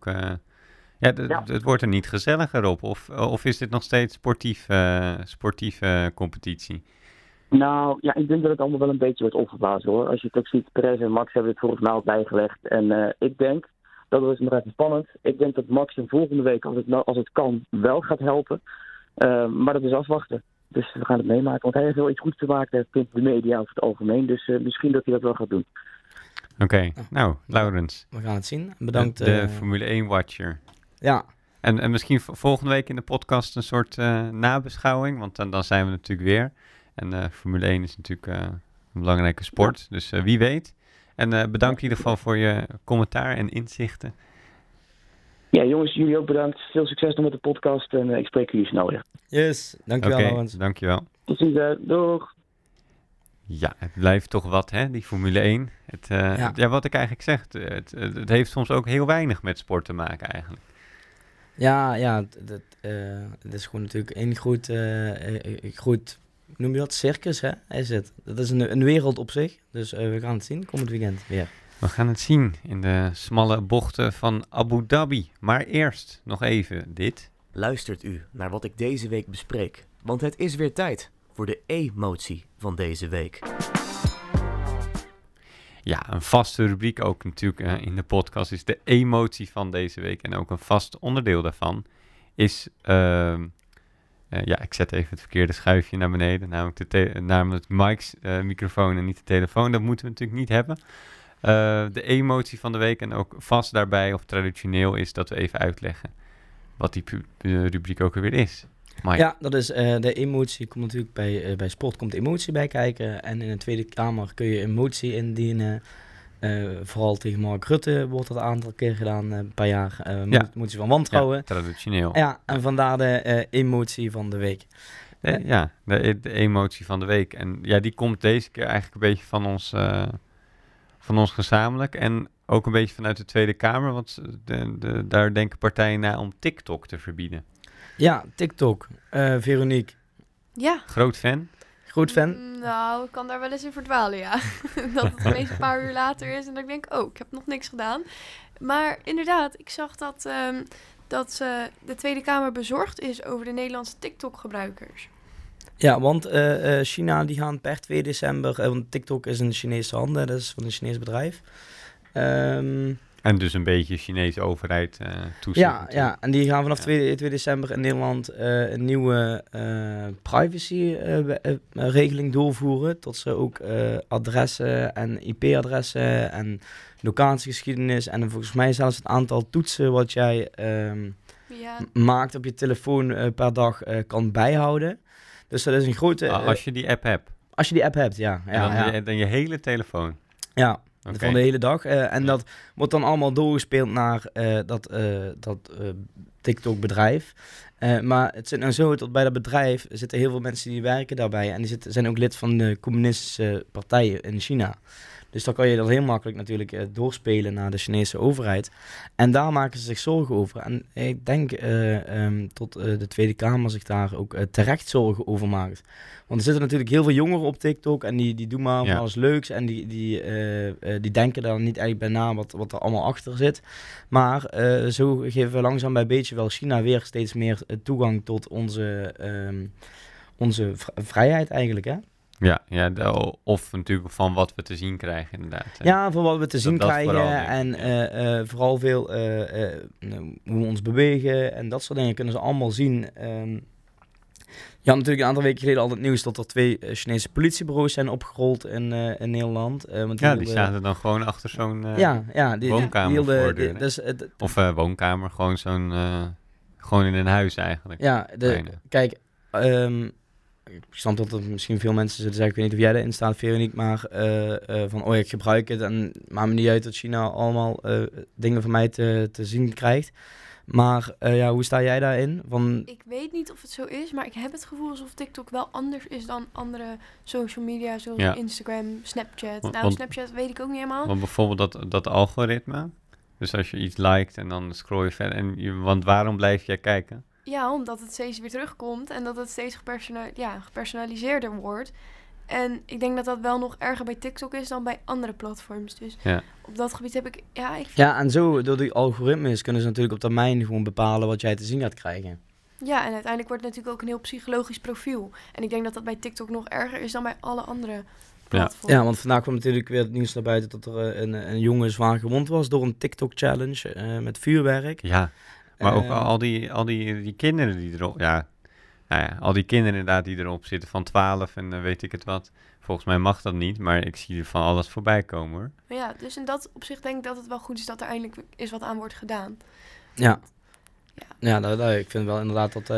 Het wordt er niet gezelliger op. Of is dit nog steeds sportieve competitie? Nou, ja, ik denk dat het allemaal wel een beetje wordt opgeblazen, hoor. Als je het ook ziet, Perez en Max hebben het volgens mij al bijgelegd. En ik denk, dat was nog even spannend, ik denk dat Max hem volgende week, als het kan, wel gaat helpen. Maar dat is afwachten. Dus we gaan het meemaken, want hij heeft wel iets goeds te maken, vindt de media over het algemeen. Dus misschien dat hij dat wel gaat doen. Oké, nou, Laurens. We gaan het zien. Bedankt. De Formule 1-watcher. Ja. En misschien volgende week in de podcast een soort nabeschouwing, want dan zijn we natuurlijk weer. En Formule 1 is natuurlijk een belangrijke sport, dus wie weet. En bedankt in ieder geval voor je commentaar en inzichten. Ja, jongens, jullie ook bedankt. Veel succes nog met de podcast en ik spreek jullie snel weer. Yes, dankjewel, Laurens. Dankjewel. Tot ziens, doeg. Ja, het blijft toch wat, hè, die Formule 1. Wat ik eigenlijk zeg, het heeft soms ook heel weinig met sport te maken eigenlijk. Het is gewoon natuurlijk één groot, noem je dat, circus, hè, is het. Dat is een wereld op zich, dus we gaan het zien komend weekend weer. We gaan het zien in de smalle bochten van Abu Dhabi. Maar eerst nog even dit. Luistert u naar wat ik deze week bespreek, want het is weer tijd voor de emotie van deze week. Ja, een vaste rubriek ook natuurlijk in de podcast is de emotie van deze week. En ook een vast onderdeel daarvan is... ik zet even het verkeerde schuifje naar beneden. Namelijk het microfoon en niet de telefoon. Dat moeten we natuurlijk niet hebben. De emotie van de week en ook vast daarbij of traditioneel is dat we even uitleggen wat die rubriek ook weer is. Mike. Ja, dat is de emotie. Komt natuurlijk bij sport komt emotie bij kijken. En in de Tweede Kamer kun je emotie indienen. Vooral tegen Mark Rutte wordt dat een aantal keer gedaan, een paar jaar. Emotie van wantrouwen. Ja, traditioneel. Ja, en vandaar de emotie van de week. De emotie van de week. En ja, die komt deze keer eigenlijk een beetje van ons gezamenlijk. En ook een beetje vanuit de Tweede Kamer. Want daar denken partijen na om TikTok te verbieden. Ja, TikTok. Veronique. Ja. Groot fan? Groot fan? Nou, ik kan daar wel eens in verdwalen, ja. Dat het ineens een paar uur later is en dat ik denk, ik heb nog niks gedaan. Maar inderdaad, ik zag dat de Tweede Kamer bezorgd is over de Nederlandse TikTok-gebruikers. Ja, want China die gaan per 2 december... want TikTok is in Chinese handen, dat is van een Chinees bedrijf. En dus een beetje Chinese overheid toezicht. Ja, en die gaan vanaf 2 december in Nederland een nieuwe privacy-regeling doorvoeren. Tot ze ook adressen en IP-adressen en locatiegeschiedenis en volgens mij zelfs het aantal toetsen wat jij maakt op je telefoon per dag kan bijhouden. Dus dat is een grote... Als je die app hebt. Als je die app hebt, ja. Dan je hele telefoon. Ja, Oké. van de hele dag. En dat wordt dan allemaal doorgespeeld naar dat TikTok-bedrijf. Maar het zit nou zo dat bij dat bedrijf zitten heel veel mensen die werken daarbij. En die zijn ook lid van de communistische partijen in China. Dus dan kan je dat heel makkelijk natuurlijk doorspelen naar de Chinese overheid. En daar maken ze zich zorgen over. En ik denk tot de Tweede Kamer zich daar ook terecht zorgen over maakt. Want er zitten natuurlijk heel veel jongeren op TikTok en die doen maar van alles leuks. En die denken daar niet eigenlijk bij na wat er allemaal achter zit. Maar zo geven we langzaam bij beetje wel China weer steeds meer toegang tot onze vrijheid eigenlijk, hè? Ja, of natuurlijk van wat we te zien krijgen inderdaad. Ja, van wat we te zien krijgen vooral, en vooral veel hoe we ons bewegen en dat soort dingen kunnen ze allemaal zien. Ja, natuurlijk een aantal weken geleden al het nieuws dat er 2 Chinese politiebureaus zijn opgerold in Nederland. Want die zaten dan gewoon achter zo'n woonkamer. Of woonkamer, gewoon gewoon in een huis eigenlijk. Ja, kijk, ik snap dat er misschien veel mensen zullen zeggen, ik weet niet of jij erin staat, Veronique, maar ik gebruik het en maakt me niet uit dat China allemaal dingen van mij te zien krijgt. Maar hoe sta jij daarin? Ik weet niet of het zo is, maar ik heb het gevoel alsof TikTok wel anders is dan andere social media, zoals Instagram, Snapchat. Snapchat weet ik ook niet helemaal. Want bijvoorbeeld dat algoritme, dus als je iets liked en dan scroll je verder. Want waarom blijf jij kijken? Ja, omdat het steeds weer terugkomt en dat het steeds gepersonaliseerder wordt. En ik denk dat dat wel nog erger bij TikTok is dan bij andere platforms. Dus op dat gebied heb ik... Ja, en zo, door die algoritmes kunnen ze natuurlijk op termijn gewoon bepalen wat jij te zien gaat krijgen. Ja, en uiteindelijk wordt het natuurlijk ook een heel psychologisch profiel. En ik denk dat dat bij TikTok nog erger is dan bij alle andere platforms. Ja, want vandaag kwam natuurlijk weer het nieuws naar buiten dat er een jongen zwaar gewond was door een TikTok-challenge met vuurwerk. Ja, maar ook al die kinderen die erop... al die kinderen inderdaad die erop zitten van 12 en weet ik het wat. Volgens mij mag dat niet, maar ik zie er van alles voorbij komen, hoor. Ja, dus in dat opzicht denk ik dat het wel goed is dat er eindelijk eens wat aan wordt gedaan. Ja. Ik vind wel inderdaad dat...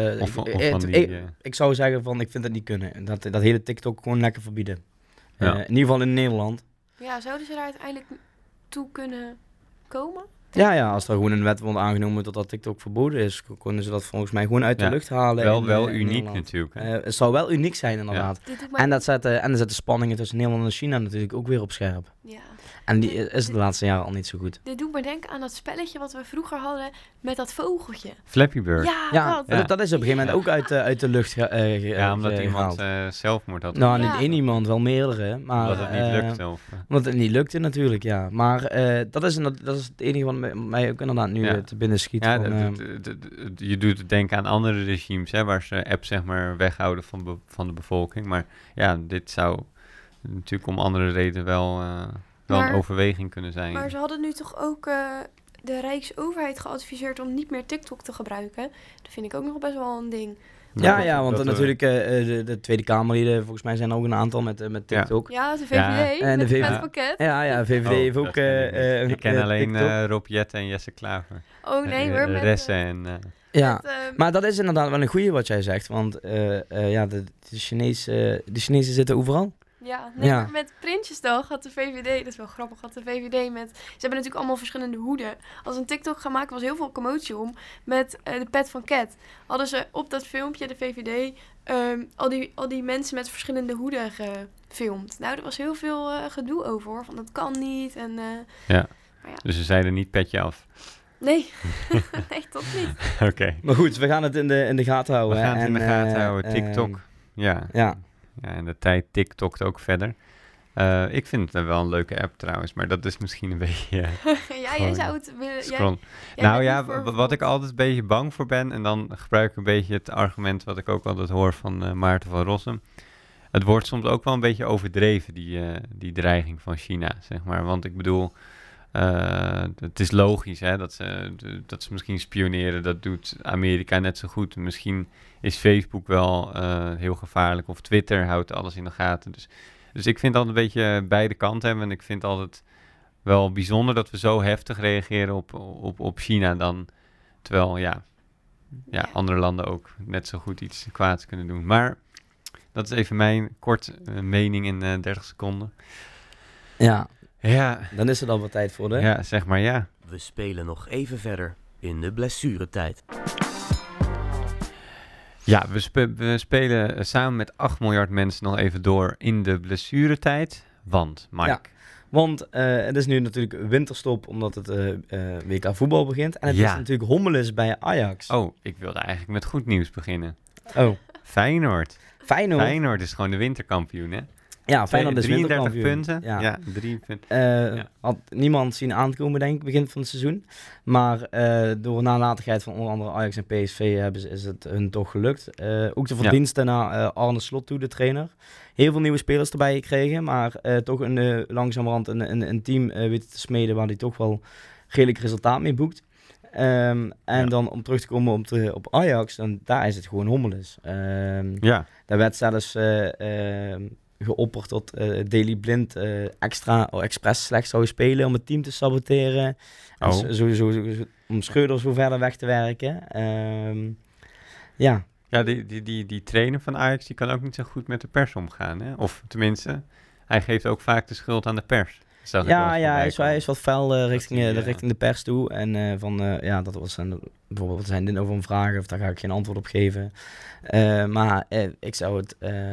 ik zou zeggen van, ik vind het niet kunnen. Dat hele TikTok gewoon lekker verbieden. In ieder geval in Nederland. Ja, zouden ze daar uiteindelijk toe kunnen komen? Ja, als er gewoon een wet wordt aangenomen dat TikTok verboden is, kunnen ze dat volgens mij gewoon uit de lucht halen. Wel uniek natuurlijk. Het zou wel uniek zijn inderdaad. Ja. En dat zet de spanningen tussen Nederland en China natuurlijk ook weer op scherp. Ja. En die is de laatste jaren al niet zo goed. Dit doet me denken aan dat spelletje wat we vroeger hadden met dat vogeltje. Flappy Bird. Dat is op een gegeven moment ook uit de lucht omdat iemand zelfmoord had. Nou, niet één iemand, wel meerdere. Maar, omdat het niet lukte. Omdat het niet lukte natuurlijk, ja. Maar dat is het enige wat mij ook inderdaad nu te binnen schiet. Ja, je doet het denken aan andere regimes, hè, waar ze apps zeg maar weghouden van de bevolking. Maar ja, dit zou natuurlijk om andere redenen wel een overweging kunnen zijn. Maar ze hadden nu toch ook de Rijksoverheid geadviseerd om niet meer TikTok te gebruiken. Dat vind ik ook nog best wel een ding. Want natuurlijk de Tweede Kamerleden, volgens mij zijn er ook een aantal met TikTok. Ja, de VVD, met het pakket. Ja, VVD heeft ook... ik ken alleen Rob Jetten en Jesse Klaver. Oh nee hoor, met... Ressen en... maar dat is inderdaad wel een goeie wat jij zegt, want de Chinezen zitten overal. Ja, maar met Prinsjesdag had de VVD, dat is wel grappig, ze hebben natuurlijk allemaal verschillende hoeden. Als een TikTok gaan maken was heel veel commotie om met de pet van Cat. Hadden ze op dat filmpje, de VVD, al die mensen met verschillende hoeden gefilmd. Nou, er was heel veel gedoe over hoor, van dat kan niet. En, dus ze zeiden niet petje af. Nee, nee, tot niet. Oké. Maar goed, we gaan het in de gaten houden. We gaan het in de gaten houden, TikTok. Ja, en de tijd TikTokt ook verder. Ik vind het wel een leuke app trouwens, maar dat is misschien een beetje... jij zou het willen... Wat ik altijd een beetje bang voor ben, en dan gebruik ik een beetje het argument wat ik ook altijd hoor van Maarten van Rossum. Het wordt soms ook wel een beetje overdreven, die dreiging van China, zeg maar. Want ik bedoel, het is logisch hè, dat ze misschien spioneren, dat doet Amerika net zo goed. Misschien is Facebook wel heel gevaarlijk, of Twitter houdt alles in de gaten. Dus ik vind dat een beetje beide kanten hebben. En ik vind altijd wel bijzonder dat we zo heftig reageren op China dan. Terwijl, andere landen ook net zo goed iets kwaads kunnen doen. Maar dat is even mijn kort mening in 30 seconden. Ja, Ja, dan is er dan wat tijd voor, hè? ja, zeg maar ja. We spelen nog even verder in de blessuretijd. Ja, we spelen samen met 8 miljard mensen nog even door in de blessuretijd. Want, Mike... Ja. Want het is nu natuurlijk winterstop, omdat het WK voetbal begint. En het Ja. is natuurlijk hommeles bij Ajax. Oh, ik wilde eigenlijk met goed nieuws beginnen. Oh, Feyenoord. Feyenoord. Feyenoord is gewoon de winterkampioen, hè? Ja, Feyenoord is 33 winterkampioen. punten. Ja. 3 punten. Had niemand zien aankomen, denk ik, begin van het seizoen. Maar door nalatigheid van onder andere Ajax en PSV is het hun toch gelukt. Ook de verdiensten naar Arne Slot toe, de trainer. Heel veel nieuwe spelers erbij gekregen, maar toch langzamerhand een team weten te smeden waar hij toch wel redelijk resultaat mee boekt. Dan om terug te komen op Ajax, dan daar is het gewoon hommeles. Ja. Daar werd zelfs geopperd dat Daley Blind expres slecht zou spelen om het team te saboteren. Oh. En om Schreuder zo verder weg te werken. Ja. Ja, die trainer van Ajax, die kan ook niet zo goed met de pers omgaan, hè? Of tenminste, hij geeft ook vaak de schuld aan de pers. Hij is wat fel richting de pers toe. En dat was bijvoorbeeld, wat zijn dit nou voor vragen? Of daar ga ik geen antwoord op geven. Maar ik zou het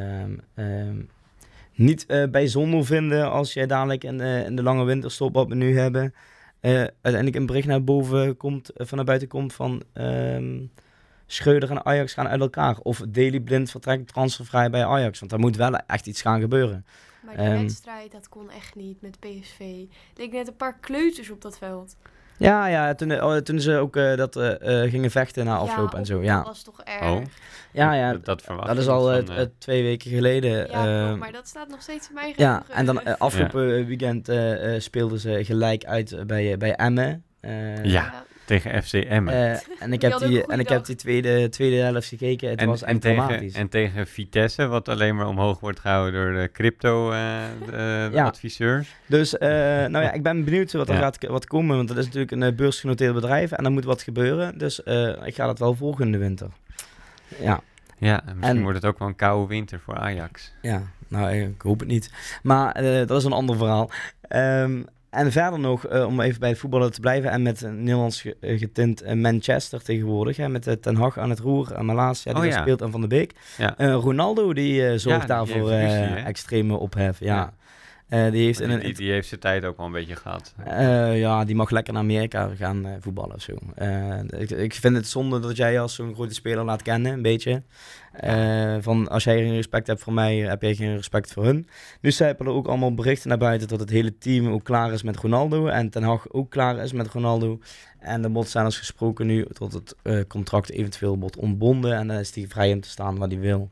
niet bijzonder vinden als jij dadelijk in de lange winterstop wat we nu hebben, uiteindelijk een bericht naar buiten komt van Schreuder en Ajax gaan uit elkaar. Of Daley Blind vertrekt transfervrij bij Ajax. Want daar moet wel echt iets gaan gebeuren. Maar die wedstrijd, dat kon echt niet met PSV. Er leek net een paar kleuters op dat veld. Ja, toen ze ook gingen vechten na afloop en zo. Ja, dat was toch erg. Oh, ja, dat verwacht dat is ik al niet van, 2 weken geleden. Ja, klopt, maar dat staat nog steeds in mijn Ja, geheugen. en dan afgelopen weekend speelden ze gelijk uit bij Emmen. tegen FC Emmen. En ik heb die tweede helft gekeken. Het was echt dramatisch. En tegen Vitesse, wat alleen maar omhoog wordt gehouden door de crypto-adviseurs. Dus ik ben benieuwd wat er gaat komen. Want dat is natuurlijk een beursgenoteerd bedrijf. En er moet wat gebeuren. Dus ik ga dat wel volgen in de winter. Ja. Ja, en misschien wordt het ook wel een koude winter voor Ajax. Ja, nou, ik hoop het niet. Maar dat is een ander verhaal. En verder nog, om even bij het voetballen te blijven en met een Nederlands getint Manchester tegenwoordig, hè, met Ten Hag aan het roer en Malasia die daar speelt en Van de Beek. Ja. Ronaldo die zorgt daarvoor extreme ophef. Ja. Die heeft zijn tijd ook wel een beetje gehad. Die mag lekker naar Amerika gaan voetballen of zo. Ik vind het zonde dat jij als zo'n grote speler laat kennen, een beetje. Van als jij geen respect hebt voor mij, heb jij geen respect voor hun. Nu zijpelen er ook allemaal berichten naar buiten dat het hele team ook klaar is met Ronaldo. En Ten Hag ook klaar is met Ronaldo. En er wordt zelfs gesproken nu tot het contract eventueel wordt ontbonden. En dan is hij vrij om te staan waar hij wil.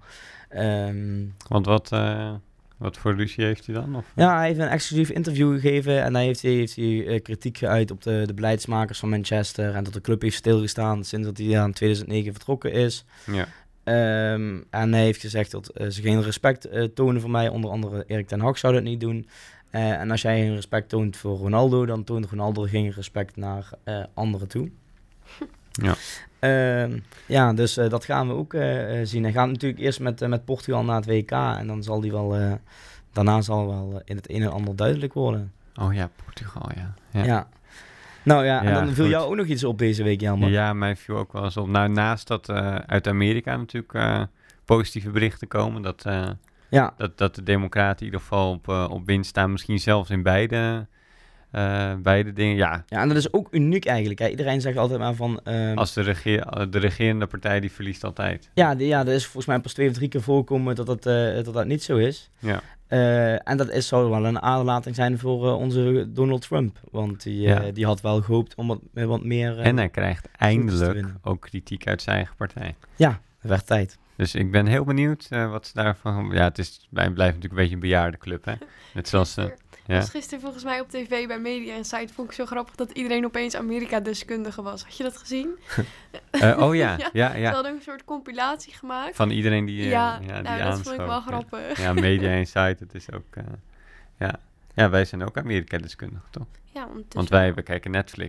Want wat voor ruzie heeft hij dan? Of? Ja, hij heeft een exclusief interview gegeven en hij heeft kritiek geuit op de beleidsmakers van Manchester en dat de club heeft stilgestaan sinds dat hij in 2009 vertrokken is. Ja. En hij heeft gezegd dat ze geen respect tonen voor mij, onder andere Erik ten Hag zou dat niet doen. En als jij geen respect toont voor Ronaldo, dan toont Ronaldo geen respect naar anderen toe. Ja. Dus dat gaan we ook zien. Hij gaat natuurlijk eerst met Portugal naar het WK en dan zal hij wel, daarna zal wel in het een en ander duidelijk worden. Oh ja, Portugal, ja. Nou ja, en dan viel goed. jou ook nog iets op deze week, Jelmer. Ja, mij viel ook wel eens op. Nou, naast dat uit Amerika natuurlijk positieve berichten komen, dat de democraten in ieder geval op winst staan, misschien zelfs in beide dingen, ja. Ja, en dat is ook uniek eigenlijk. Hè. Iedereen zegt altijd maar van... Als de regerende partij, die verliest altijd. Ja, dat is volgens mij pas 2 of 3 keer voorkomen dat niet zo is. Ja. En dat zou wel een aderlating zijn voor onze Donald Trump. Want die had wel gehoopt om wat meer... en hij krijgt eindelijk ook kritiek uit zijn eigen partij. Ja, dat werd tijd. Dus ik ben heel benieuwd wat ze daarvan... Ja, het blijft natuurlijk een beetje een bejaardenclub, hè. Net zoals... Dat was gisteren volgens mij op tv bij Media Insight. Vond ik zo grappig dat iedereen opeens Amerika-deskundige was. Had je dat gezien? Oh ja. Ze hadden een soort compilatie gemaakt. Van iedereen die die dat vond ik wel grappig. Ja, Media Insight, het is ook... Ja, wij zijn ook Amerika-deskundigen, toch? Ja, want wij kijken Netflix.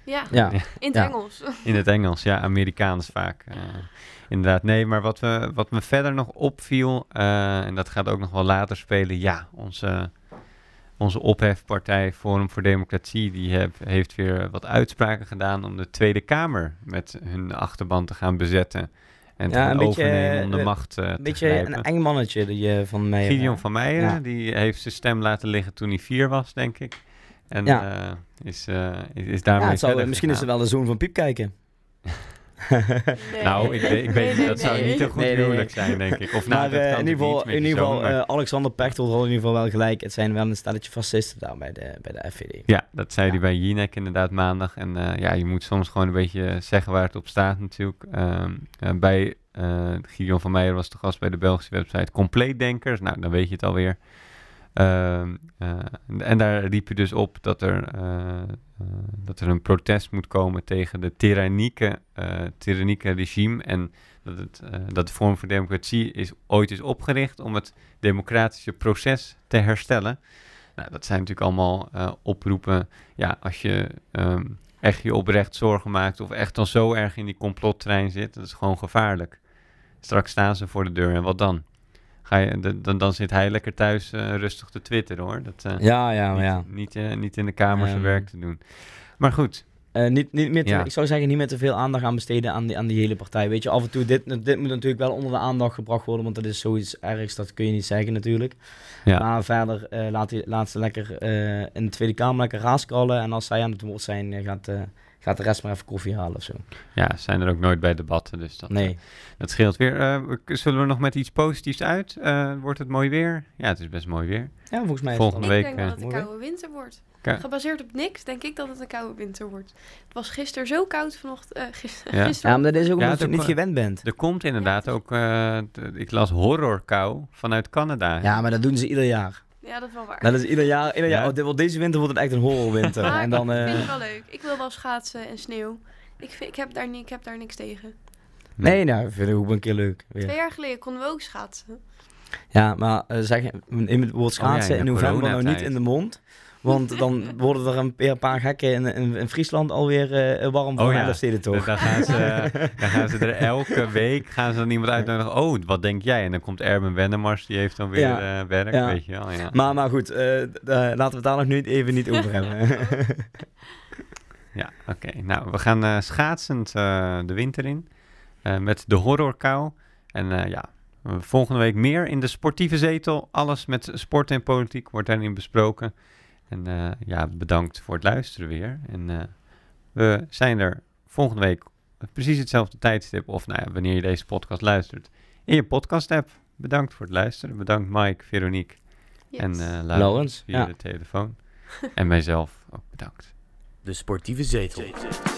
Ja, Ja. in het Ja. Engels. In het Engels, ja, Amerikaans vaak. Inderdaad, nee, maar wat me verder nog opviel, en dat gaat ook nog wel later spelen, ja, onze ophefpartij Forum voor Democratie, die heeft weer wat uitspraken gedaan om de Tweede Kamer met hun achterban te gaan bezetten. En te Ja, gaan een beetje, overnemen om de macht te Een beetje grijpen. een eng mannetje die van mij. Gideon van Meijeren, ja. die heeft zijn stem laten liggen toen hij 4 was, denk ik. En is daarmee Ja, het zou, verder misschien is gegaan. het wel de zoon van Piep kijken. Nee. Nou, ik weet niet, dat zou niet een goed Nee. huwelijk zijn, denk ik. Of nou, Maar dat kan in ieder geval, natuurlijk niet met je zoon, maar- Alexander Pechtold had in ieder geval wel gelijk. Het zijn wel een stelletje fascisten daar bij de FVD. Ja, dat zei hij Ja. bij Jinek inderdaad maandag. En ja, je moet soms gewoon een beetje zeggen waar het op staat natuurlijk. Bij Gideon van Meijer was de gast bij de Belgische website Compleetdenkers. Nou, dan weet je het alweer. En daar riep je dus op dat er een protest moet komen tegen de tyrannieke regime. En dat de Forum voor Democratie ooit is opgericht om het democratische proces te herstellen. Nou, dat zijn natuurlijk allemaal oproepen. Ja, als je echt je oprecht zorgen maakt of echt dan zo erg in die complottrein zit, dat is gewoon gevaarlijk. Straks staan ze voor de deur en wat dan? Dan zit hij lekker thuis rustig te twitteren, hoor. Niet in de Kamer zijn werk te doen. Maar goed. Niet meer Ja. Ik zou zeggen, niet meer te veel aandacht aan besteden aan die hele partij. Weet je, af en toe, dit moet natuurlijk wel onder de aandacht gebracht worden, want dat is zoiets ergs, dat kun je niet zeggen natuurlijk. Ja. Maar verder laat ze lekker in de Tweede Kamer lekker raaskallen. En als zij aan het woord zijn, gaat de rest maar even koffie halen of zo. Ja, zijn er ook nooit bij debatten, dus Nee. dat scheelt weer. Zullen we nog met iets positiefs uit? Wordt het mooi weer? Ja, het is best mooi weer. Ja, volgens mij is Volgende het week, Ik denk dat het een mooi koude winter wordt. Ka- Gebaseerd op niks denk ik dat het een koude winter wordt. Het was gisteren zo koud vanochtend. Ja. Gisteren. Ja, maar dat is ook Ja, omdat je het het niet ook- gewend bent. Er komt inderdaad ook, ik las horrorkou vanuit Canada. Ja, maar dat doen ze ieder jaar. Ja, dat is wel waar. Dat is ieder jaar. Ja. Deze winter wordt het echt een horrorwinter. Maar En dan, ik vind het wel leuk. Ik wil wel schaatsen en sneeuw. Ik heb daar niks tegen. nee, nou, ik vind het ook een keer leuk. Weer. 2 jaar geleden konden we ook schaatsen. Ja, maar zeg in het woord schaatsen in de in november nou niet coronatijd. in de mond. Want dan worden er een paar gekken in Friesland alweer warm voor Oh een ja. Elfstedentocht. Dan gaan ze er elke week dan iemand uitnodigen. Oh, wat denk jij? En dan komt Erben Wennemars, die heeft dan weer werk, Ja. weet je wel. Ja. Maar goed, laten we het daar nog even niet over hebben. Ja, oké. Nou, we gaan schaatsend de winter in met de horrorkou. En volgende week meer in de sportieve zetel. Alles met sport en politiek wordt daarin besproken. En bedankt voor het luisteren weer. En we zijn er volgende week op precies hetzelfde tijdstip. Of wanneer je deze podcast luistert, in je podcast-app. Bedankt voor het luisteren. Bedankt Mike, Veronique Yes. en Laurens, Laurens via ja. de telefoon. En mijzelf ook bedankt. De sportieve zetel.